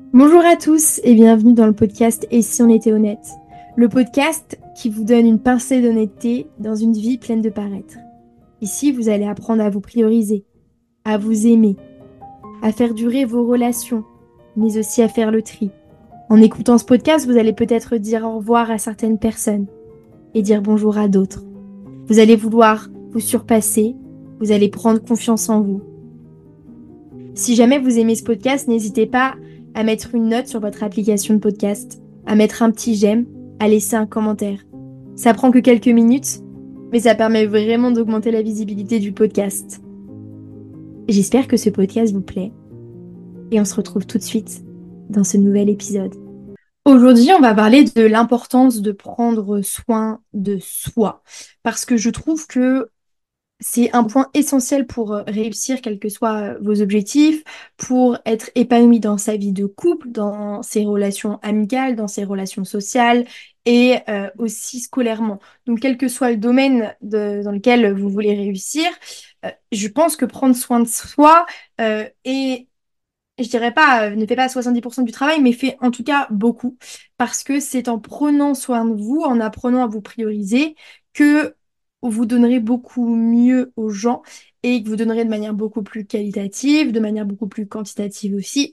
Bonjour à tous et bienvenue dans le podcast Et si on était honnête? Le podcast qui vous donne une pincée d'honnêteté dans une vie pleine de paraître. Ici, vous allez apprendre à vous prioriser, à vous aimer, à faire durer vos relations, mais aussi à faire le tri. En écoutant ce podcast, vous allez peut-être dire au revoir à certaines personnes et dire bonjour à d'autres. Vous allez vouloir vous surpasser, vous allez prendre confiance en vous. Si jamais vous aimez ce podcast, n'hésitez pas à mettre une note sur votre application de podcast, à mettre un petit j'aime, à laisser un commentaire. Ça prend que quelques minutes, mais ça permet vraiment d'augmenter la visibilité du podcast. J'espère que ce podcast vous plaît et on se retrouve tout de suite dans ce nouvel épisode. Aujourd'hui, on va parler de l'importance de prendre soin de soi parce que je trouve que c'est un point essentiel pour réussir, quels que soient vos objectifs, pour être épanoui dans sa vie de couple, dans ses relations amicales, dans ses relations sociales et aussi scolairement. Donc, quel que soit le domaine dans lequel vous voulez réussir, je pense que prendre soin de soi est, je dirais pas, ne fait pas 70% du travail, mais fait en tout cas beaucoup. Parce que c'est en prenant soin de vous, en apprenant à vous prioriser, que vous donnerez beaucoup mieux aux gens et que vous donnerez de manière beaucoup plus qualitative, de manière beaucoup plus quantitative aussi.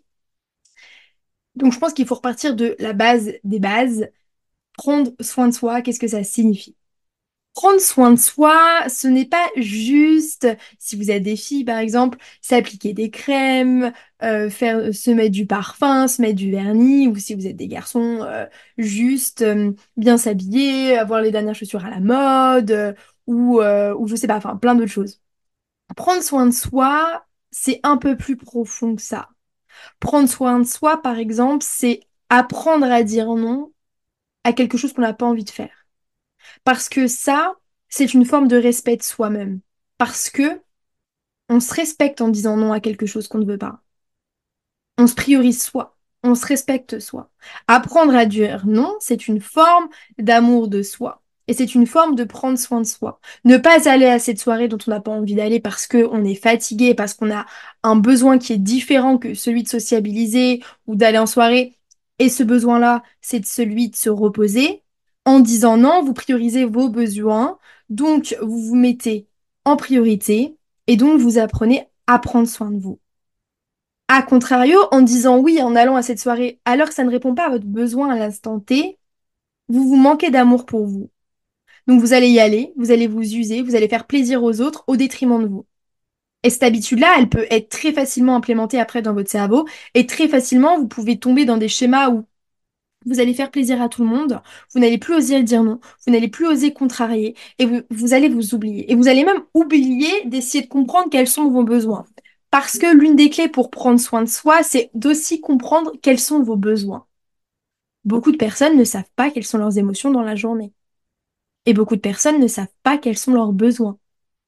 Donc je pense qu'il faut repartir de la base des bases. Prendre soin de soi, qu'est-ce que ça signifie? Prendre soin de soi, ce n'est pas juste, si vous êtes des filles par exemple, s'appliquer des crèmes, se mettre du parfum, se mettre du vernis, ou si vous êtes des garçons, juste bien s'habiller, avoir les dernières chaussures à la mode, ou je sais pas, enfin plein d'autres choses. Prendre soin de soi, c'est un peu plus profond que ça. Prendre soin de soi, par exemple, c'est apprendre à dire non à quelque chose qu'on n'a pas envie de faire. Parce que ça, c'est une forme de respect de soi-même. Parce que on se respecte en disant non à quelque chose qu'on ne veut pas. On se priorise soi. On se respecte soi. Apprendre à dire non, c'est une forme d'amour de soi. Et c'est une forme de prendre soin de soi. Ne pas aller à cette soirée dont on n'a pas envie d'aller parce qu'on est fatigué, parce qu'on a un besoin qui est différent que celui de sociabiliser ou d'aller en soirée. Et ce besoin-là, c'est celui de se reposer. En disant non, vous priorisez vos besoins. Donc, vous vous mettez en priorité. Et donc, vous apprenez à prendre soin de vous. A contrario, en disant oui en allant à cette soirée alors que ça ne répond pas à votre besoin à l'instant T, vous vous manquez d'amour pour vous. Donc vous allez y aller, vous allez vous user, vous allez faire plaisir aux autres au détriment de vous. Et cette habitude-là, elle peut être très facilement implémentée après dans votre cerveau et très facilement, vous pouvez tomber dans des schémas où vous allez faire plaisir à tout le monde, vous n'allez plus oser dire non, vous n'allez plus oser contrarier et vous allez vous oublier. Et vous allez même oublier d'essayer de comprendre quels sont vos besoins. Parce que l'une des clés pour prendre soin de soi, c'est d'aussi comprendre quels sont vos besoins. Beaucoup de personnes ne savent pas quelles sont leurs émotions dans la journée. Et beaucoup de personnes ne savent pas quels sont leurs besoins.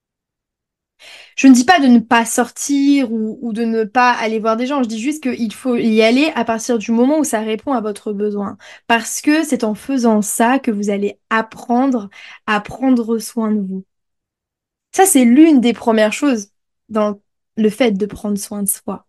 Je ne dis pas de ne pas sortir ou de ne pas aller voir des gens, je dis juste qu'il faut y aller à partir du moment où ça répond à votre besoin. Parce que c'est en faisant ça que vous allez apprendre à prendre soin de vous. Ça, c'est l'une des premières choses dans le fait de prendre soin de soi.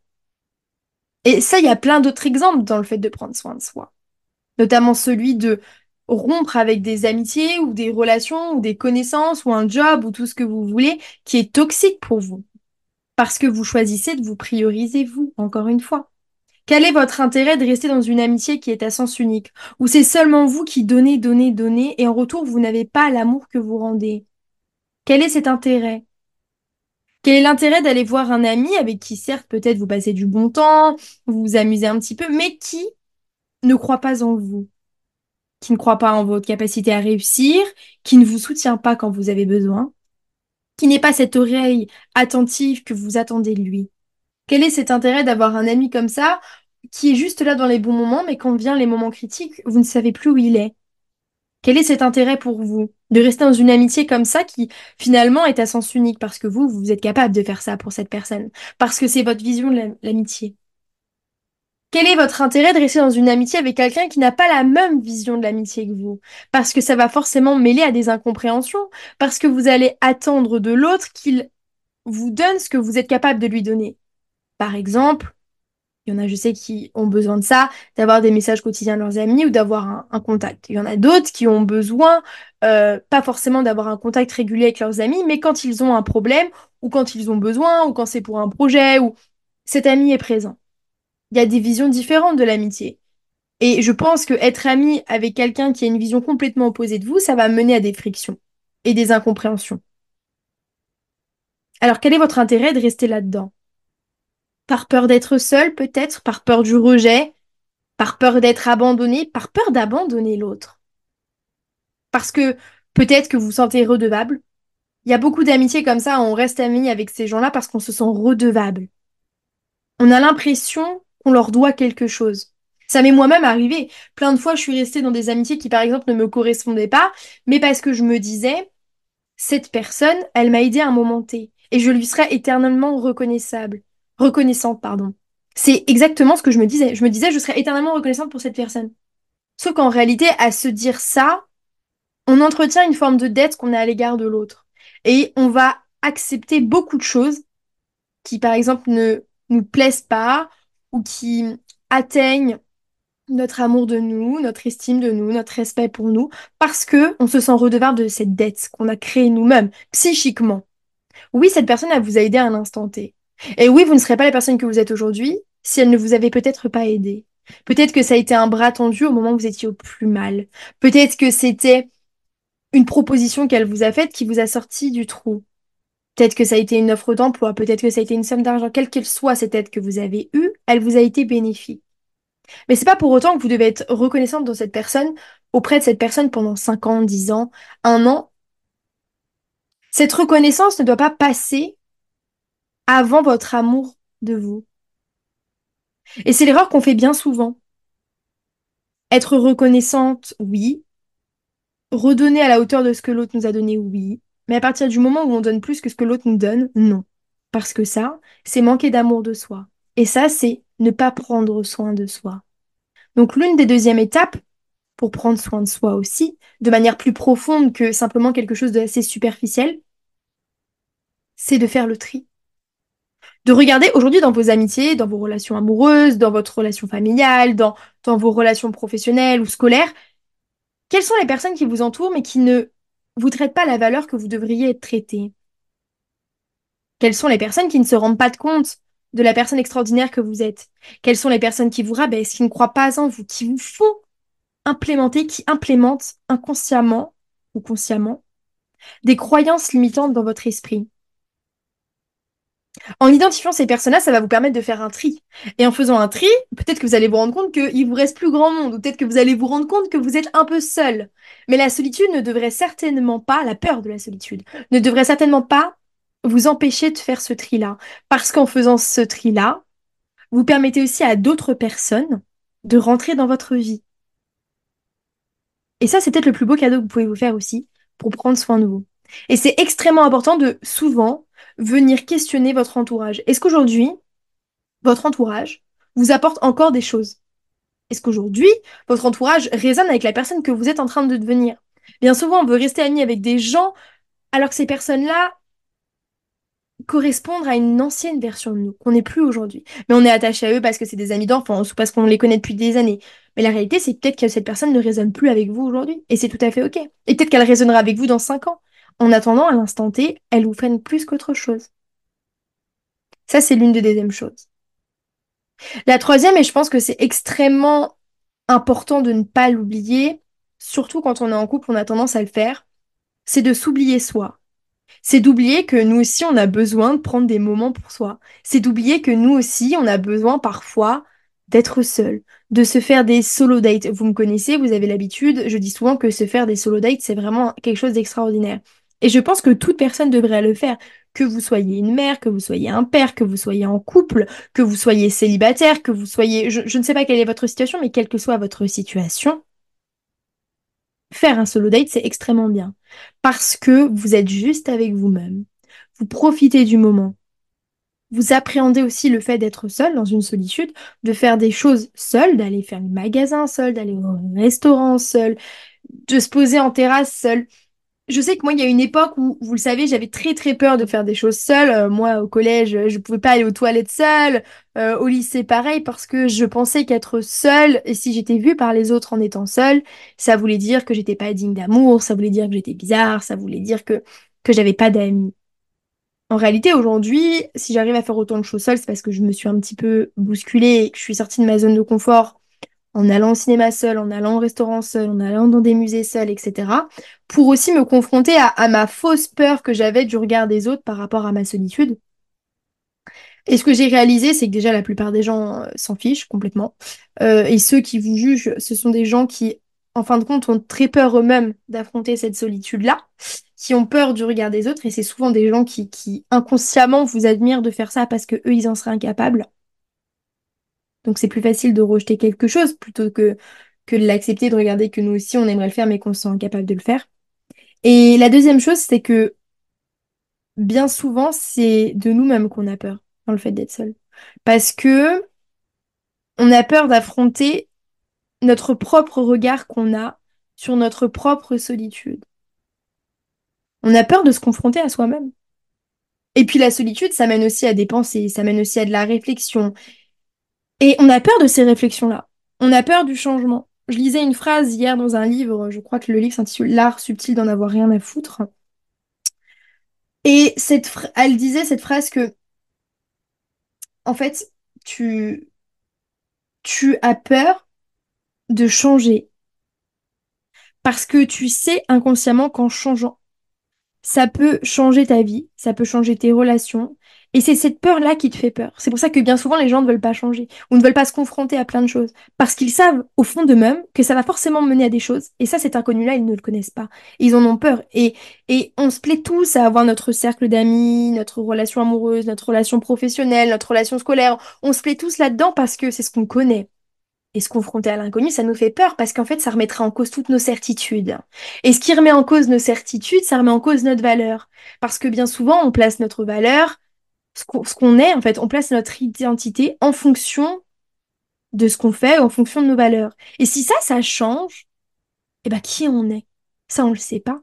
Et ça, il y a plein d'autres exemples dans le fait de prendre soin de soi. Notamment celui de rompre avec des amitiés ou des relations ou des connaissances ou un job ou tout ce que vous voulez qui est toxique pour vous. Parce que vous choisissez de vous prioriser vous, encore une fois. Quel est votre intérêt de rester dans une amitié qui est à sens unique, où c'est seulement vous qui donnez, donnez, donnez, et en retour, vous n'avez pas l'amour que vous rendez? Quel est cet intérêt? Quel est l'intérêt d'aller voir un ami avec qui, certes, peut-être vous passez du bon temps, vous vous amusez un petit peu, mais qui ne croit pas en vous, qui ne croit pas en votre capacité à réussir, qui ne vous soutient pas quand vous avez besoin, qui n'est pas cette oreille attentive que vous attendez de lui? Quel est cet intérêt d'avoir un ami comme ça, qui est juste là dans les bons moments, mais quand vient les moments critiques, vous ne savez plus où il est? Quel est cet intérêt pour vous de rester dans une amitié comme ça qui finalement est à sens unique parce que vous êtes capable de faire ça pour cette personne, parce que c'est votre vision de l'amitié. Quel est votre intérêt de rester dans une amitié avec quelqu'un qui n'a pas la même vision de l'amitié que vous? Parce que ça va forcément mêler à des incompréhensions, parce que vous allez attendre de l'autre qu'il vous donne ce que vous êtes capable de lui donner. Par exemple, Il y en a, je sais, qui ont besoin de ça, d'avoir des messages quotidiens de leurs amis ou d'avoir un contact. Il y en a d'autres qui ont besoin, pas forcément d'avoir un contact régulier avec leurs amis, mais quand ils ont un problème ou quand ils ont besoin ou quand c'est pour un projet ou cet ami est présent. Il y a des visions différentes de l'amitié. Et je pense que être ami avec quelqu'un qui a une vision complètement opposée de vous, ça va mener à des frictions et des incompréhensions. Alors quel est votre intérêt de rester là-dedans? Par peur d'être seul, peut-être, par peur du rejet, par peur d'être abandonné, par peur d'abandonner l'autre. Parce que peut-être que vous vous sentez redevable. Il y a beaucoup d'amitiés comme ça, on reste amis avec ces gens-là parce qu'on se sent redevable. On a l'impression qu'on leur doit quelque chose. Ça m'est moi-même arrivé. Plein de fois, je suis restée dans des amitiés qui, par exemple, ne me correspondaient pas, mais parce que je me disais, cette personne, elle m'a aidé à un moment T, et je lui serai éternellement reconnaissable. Reconnaissante, pardon. C'est exactement ce que je me disais. Je me disais, je serai éternellement reconnaissante pour cette personne. Sauf qu'en réalité, à se dire ça, on entretient une forme de dette qu'on a à l'égard de l'autre. Et on va accepter beaucoup de choses qui, par exemple, ne nous plaisent pas ou qui atteignent notre amour de nous, notre estime de nous, notre respect pour nous, parce que on se sent redevable de cette dette qu'on a créée nous-mêmes, psychiquement. Oui, cette personne, elle vous a aidé à un instant T. Et oui, vous ne serez pas la personne que vous êtes aujourd'hui si elle ne vous avait peut-être pas aidé. Peut-être que ça a été un bras tendu au moment où vous étiez au plus mal. Peut-être que c'était une proposition qu'elle vous a faite qui vous a sorti du trou. Peut-être que ça a été une offre d'emploi, peut-être que ça a été une somme d'argent, quelle qu'elle soit cette aide que vous avez eue, elle vous a été bénéfique. Mais c'est pas pour autant que vous devez être reconnaissante dans cette personne, auprès de cette personne pendant 5 ans, 10 ans, 1 an. Cette reconnaissance ne doit pas passer avant votre amour de vous. Et c'est l'erreur qu'on fait bien souvent. Être reconnaissante, oui. Redonner à la hauteur de ce que l'autre nous a donné, oui. Mais à partir du moment où on donne plus que ce que l'autre nous donne, non. Parce que ça, c'est manquer d'amour de soi. Et ça, c'est ne pas prendre soin de soi. Donc l'une des deuxièmes étapes, pour prendre soin de soi aussi, de manière plus profonde que simplement quelque chose d'assez superficiel, c'est de faire le tri. De regarder aujourd'hui dans vos amitiés, dans vos relations amoureuses, dans votre relation familiale, dans vos relations professionnelles ou scolaires, quelles sont les personnes qui vous entourent mais qui ne vous traitent pas la valeur que vous devriez être traité? Quelles sont les personnes qui ne se rendent pas compte de la personne extraordinaire que vous êtes? Quelles sont les personnes qui vous rabaissent, qui ne croient pas en vous, qui vous font implémenter, qui implémentent inconsciemment ou consciemment des croyances limitantes dans votre esprit? En identifiant ces personnes-là, ça va vous permettre de faire un tri. Et en faisant un tri, peut-être que vous allez vous rendre compte qu'il vous reste plus grand monde, ou peut-être que vous allez vous rendre compte que vous êtes un peu seul. Mais la solitude ne devrait certainement pas, la peur de la solitude, ne devrait certainement pas vous empêcher de faire ce tri-là. Parce qu'en faisant ce tri-là, vous permettez aussi à d'autres personnes de rentrer dans votre vie. Et ça, c'est peut-être le plus beau cadeau que vous pouvez vous faire aussi pour prendre soin de vous. Et c'est extrêmement important de souvent venir questionner votre entourage. Est-ce qu'aujourd'hui, votre entourage vous apporte encore des choses? Est-ce qu'aujourd'hui, votre entourage résonne avec la personne que vous êtes en train de devenir? Bien souvent, on veut rester ami avec des gens alors que ces personnes-là correspondent à une ancienne version de nous, qu'on n'est plus aujourd'hui. Mais on est attaché à eux parce que c'est des amis d'enfance ou parce qu'on les connaît depuis des années. Mais la réalité, c'est peut-être que cette personne ne résonne plus avec vous aujourd'hui. Et c'est tout à fait OK. Et peut-être qu'elle résonnera avec vous dans 5 ans. En attendant, à l'instant T, elle vous freine plus qu'autre chose. Ça, c'est l'une des deuxièmes choses. La troisième, et je pense que c'est extrêmement important de ne pas l'oublier, surtout quand on est en couple, on a tendance à le faire, c'est de s'oublier soi. C'est d'oublier que nous aussi, on a besoin de prendre des moments pour soi. C'est d'oublier que nous aussi, on a besoin parfois d'être seul, de se faire des solo dates. Vous me connaissez, vous avez l'habitude, je dis souvent que se faire des solo dates, c'est vraiment quelque chose d'extraordinaire. Et je pense que toute personne devrait le faire. Que vous soyez une mère, que vous soyez un père, que vous soyez en couple, que vous soyez célibataire, que vous soyez... Je ne sais pas quelle est votre situation, mais quelle que soit votre situation, faire un solo date, c'est extrêmement bien. Parce que vous êtes juste avec vous-même. Vous profitez du moment. Vous appréhendez aussi le fait d'être seul dans une solitude, de faire des choses seul, d'aller faire le magasin seul, d'aller au restaurant seul, de se poser en terrasse seul. je sais que moi, il y a une époque où, vous le savez, j'avais très très peur de faire des choses seule. Moi, au collège, je pouvais pas aller aux toilettes seule. Au lycée, pareil, parce que je pensais qu'être seule, et si j'étais vue par les autres en étant seule, ça voulait dire que j'étais pas digne d'amour, ça voulait dire que j'étais bizarre, ça voulait dire que j'avais pas d'amis. En réalité, aujourd'hui, si j'arrive à faire autant de choses seule, c'est parce que je me suis un petit peu bousculée et que je suis sortie de ma zone de confort en allant au cinéma seul, en allant au restaurant seul, en allant dans des musées seuls, etc. Pour aussi me confronter à ma fausse peur que j'avais du regard des autres par rapport à ma solitude. Et ce que j'ai réalisé, c'est que déjà la plupart des gens s'en fichent complètement. Et ceux qui vous jugent, ce sont des gens qui, en fin de compte, ont très peur eux-mêmes d'affronter cette solitude-là, qui ont peur du regard des autres. Et c'est souvent des gens qui inconsciemment vous admirent de faire ça parce que eux, ils en seraient incapables. Donc c'est plus facile de rejeter quelque chose plutôt que de l'accepter, de regarder que nous aussi on aimerait le faire mais qu'on se sent incapable de le faire. Et la deuxième chose, c'est que bien souvent, c'est de nous-mêmes qu'on a peur dans le fait d'être seul. Parce que on a peur d'affronter notre propre regard qu'on a sur notre propre solitude. On a peur de se confronter à soi-même. Et puis la solitude, ça mène aussi à des pensées, ça mène aussi à de la réflexion. Et on a peur de ces réflexions-là. On a peur du changement. Je lisais une phrase hier dans un livre, je crois que le livre s'intitule L'art subtil d'en avoir rien à foutre. Et elle disait cette phrase que, en fait, tu, tu as peur de changer parce que tu sais inconsciemment qu'en changeant, ça peut changer ta vie, ça peut changer tes relations. Et c'est cette peur-là qui te fait peur. C'est pour ça que bien souvent, les gens ne veulent pas changer ou ne veulent pas se confronter à plein de choses. Parce qu'ils savent au fond d'eux-mêmes que ça va forcément mener à des choses. Et ça, cet inconnu-là, ils ne le connaissent pas. Ils en ont peur. Et on se plaît tous à avoir notre cercle d'amis, notre relation amoureuse, notre relation professionnelle, notre relation scolaire. On se plaît tous là-dedans parce que c'est ce qu'on connaît. Et se confronter à l'inconnu, ça nous fait peur parce qu'en fait, ça remettrait en cause toutes nos certitudes. Et ce qui remet en cause nos certitudes, ça remet en cause notre valeur. Parce que bien souvent, on place notre valeur, ce qu'on est, en fait, on place notre identité en fonction de ce qu'on fait, en fonction de nos valeurs. Et si ça change, eh ben, qui on est? Ça, on le sait pas.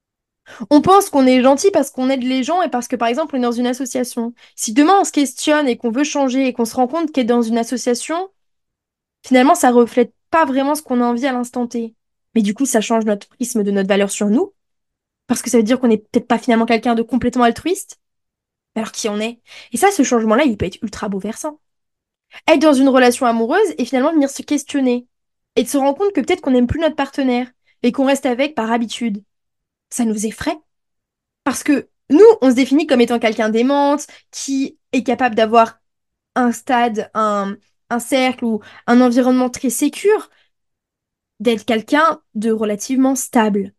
On pense qu'on est gentil parce qu'on aide les gens et parce que, par exemple, on est dans une association. Si demain, on se questionne et qu'on veut changer et qu'on se rend compte qu'être dans une association, finalement, ça reflète pas vraiment ce qu'on a envie à l'instant T. Mais du coup, ça change notre prisme de notre valeur sur nous, parce que ça veut dire qu'on n'est peut-être pas finalement quelqu'un de complètement altruiste, alors qui on est. Et ça, ce changement-là, il peut être ultra bouleversant. Être dans une relation amoureuse et finalement venir se questionner, et de se rendre compte que peut-être qu'on n'aime plus notre partenaire, et qu'on reste avec par habitude. Ça nous effraie, parce que nous, on se définit comme étant quelqu'un d'aimante, qui est capable d'avoir un stade, un cercle ou un environnement très sécure, d'être quelqu'un de relativement stable,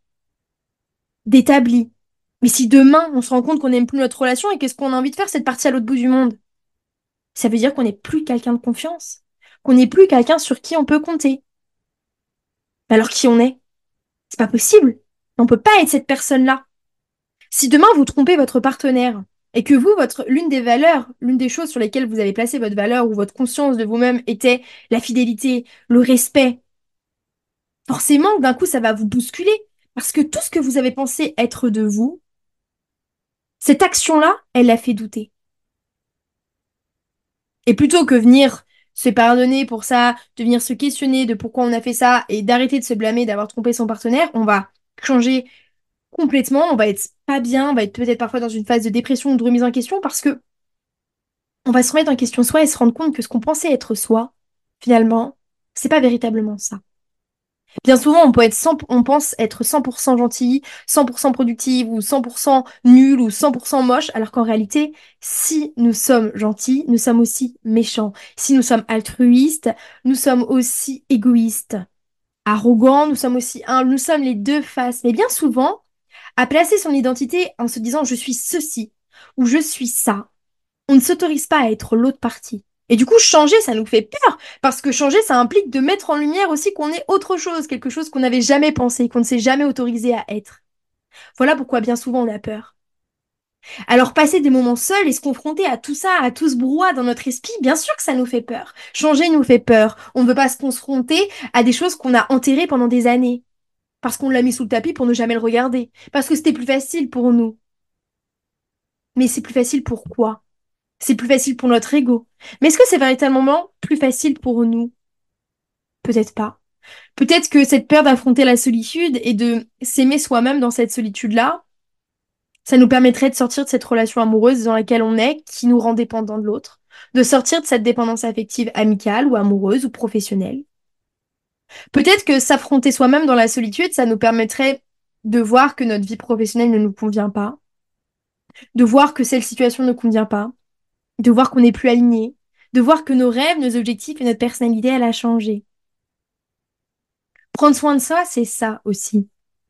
d'établi. Mais si demain, on se rend compte qu'on n'aime plus notre relation et qu'est-ce qu'on a envie de faire, c'est de partir à l'autre bout du monde, ça veut dire qu'on n'est plus quelqu'un de confiance, qu'on n'est plus quelqu'un sur qui on peut compter. Alors qui on est? C'est pas possible. On peut pas être cette personne-là. Si demain vous trompez votre partenaire et que vous, l'une des valeurs, l'une des choses sur lesquelles vous avez placé votre valeur ou votre conscience de vous-même était la fidélité, le respect, forcément, d'un coup, ça va vous bousculer. Parce que tout ce que vous avez pensé être de vous, cette action-là, elle l'a fait douter. Et plutôt que venir se pardonner pour ça, de venir se questionner de pourquoi on a fait ça et d'arrêter de se blâmer d'avoir trompé son partenaire, on va changer complètement, on va être pas bien, on va être peut-être parfois dans une phase de dépression ou de remise en question parce que on va se remettre en question soi et se rendre compte que ce qu'on pensait être soi, finalement, c'est pas véritablement ça. Bien souvent, on pense être 100% gentil, 100% productive ou 100% nul ou 100% moche, alors qu'en réalité, si nous sommes gentils, nous sommes aussi méchants. Si nous sommes altruistes, nous sommes aussi égoïstes. Arrogants, nous sommes aussi nous sommes les deux faces. Mais bien souvent, à placer son identité en se disant je suis ceci ou je suis ça, on ne s'autorise pas à être l'autre partie. Et du coup, changer, ça nous fait peur, parce que changer, ça implique de mettre en lumière aussi qu'on est autre chose, quelque chose qu'on n'avait jamais pensé, qu'on ne s'est jamais autorisé à être. Voilà pourquoi bien souvent on a peur. Alors passer des moments seuls et se confronter à tout ça, à tout ce brouhaha dans notre esprit, bien sûr que ça nous fait peur. Changer nous fait peur. On ne veut pas se confronter à des choses qu'on a enterrées pendant des années. Parce qu'on l'a mis sous le tapis pour ne jamais le regarder. Parce que c'était plus facile pour nous. Mais c'est plus facile pour quoi? C'est plus facile pour notre ego. Mais est-ce que c'est véritablement plus facile pour nous? Peut-être pas. Peut-être que cette peur d'affronter la solitude et de s'aimer soi-même dans cette solitude-là, ça nous permettrait de sortir de cette relation amoureuse dans laquelle on est, qui nous rend dépendants de l'autre, de sortir de cette dépendance affective amicale ou amoureuse ou professionnelle. Peut-être que s'affronter soi-même dans la solitude, ça nous permettrait de voir que notre vie professionnelle ne nous convient pas, de voir que cette situation ne convient pas, de voir qu'on n'est plus aligné, de voir que nos rêves, nos objectifs et notre personnalité, elle a changé. Prendre soin de soi, c'est ça aussi.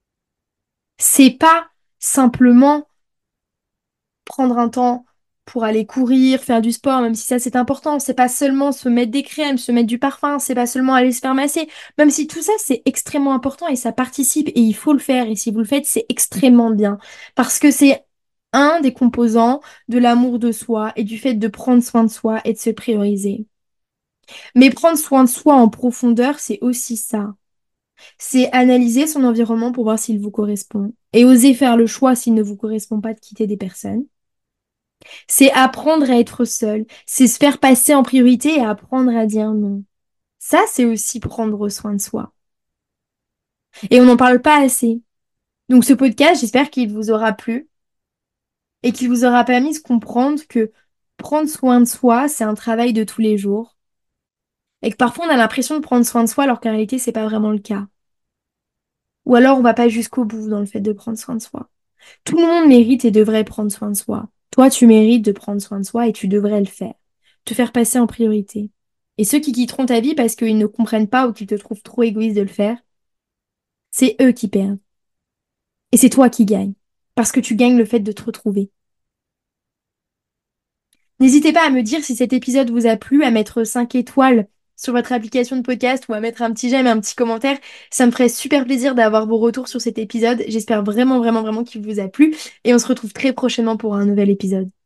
C'est pas simplement prendre un temps pour aller courir, faire du sport, même si ça c'est important. C'est pas seulement se mettre des crèmes, se mettre du parfum, c'est pas seulement aller se faire masser, même si tout ça c'est extrêmement important et ça participe et il faut le faire. Et si vous le faites, c'est extrêmement bien parce que c'est un des composants de l'amour de soi et du fait de prendre soin de soi et de se prioriser. Mais prendre soin de soi en profondeur, c'est aussi ça. C'est analyser son environnement pour voir s'il vous correspond et oser faire le choix s'il ne vous correspond pas de quitter des personnes. C'est apprendre à être seul, c'est se faire passer en priorité et apprendre à dire non. Ça, c'est aussi prendre soin de soi. Et on n'en parle pas assez. Donc ce podcast, j'espère qu'il vous aura plu et qu'il vous aura permis de comprendre que prendre soin de soi, c'est un travail de tous les jours. Et que parfois on a l'impression de prendre soin de soi alors qu'en réalité, c'est pas vraiment le cas. Ou alors on va pas jusqu'au bout dans le fait de prendre soin de soi. Tout le monde mérite et devrait prendre soin de soi. Toi, tu mérites de prendre soin de soi et tu devrais le faire. Te faire passer en priorité. Et ceux qui quitteront ta vie parce qu'ils ne comprennent pas ou qu'ils te trouvent trop égoïste de le faire, c'est eux qui perdent. Et c'est toi qui gagnes. Parce que tu gagnes le fait de te retrouver. N'hésitez pas à me dire si cet épisode vous a plu, à mettre 5 étoiles sur votre application de podcast ou à mettre un petit j'aime et un petit commentaire. Ça me ferait super plaisir d'avoir vos retours sur cet épisode. J'espère vraiment, vraiment, vraiment qu'il vous a plu. Et on se retrouve très prochainement pour un nouvel épisode.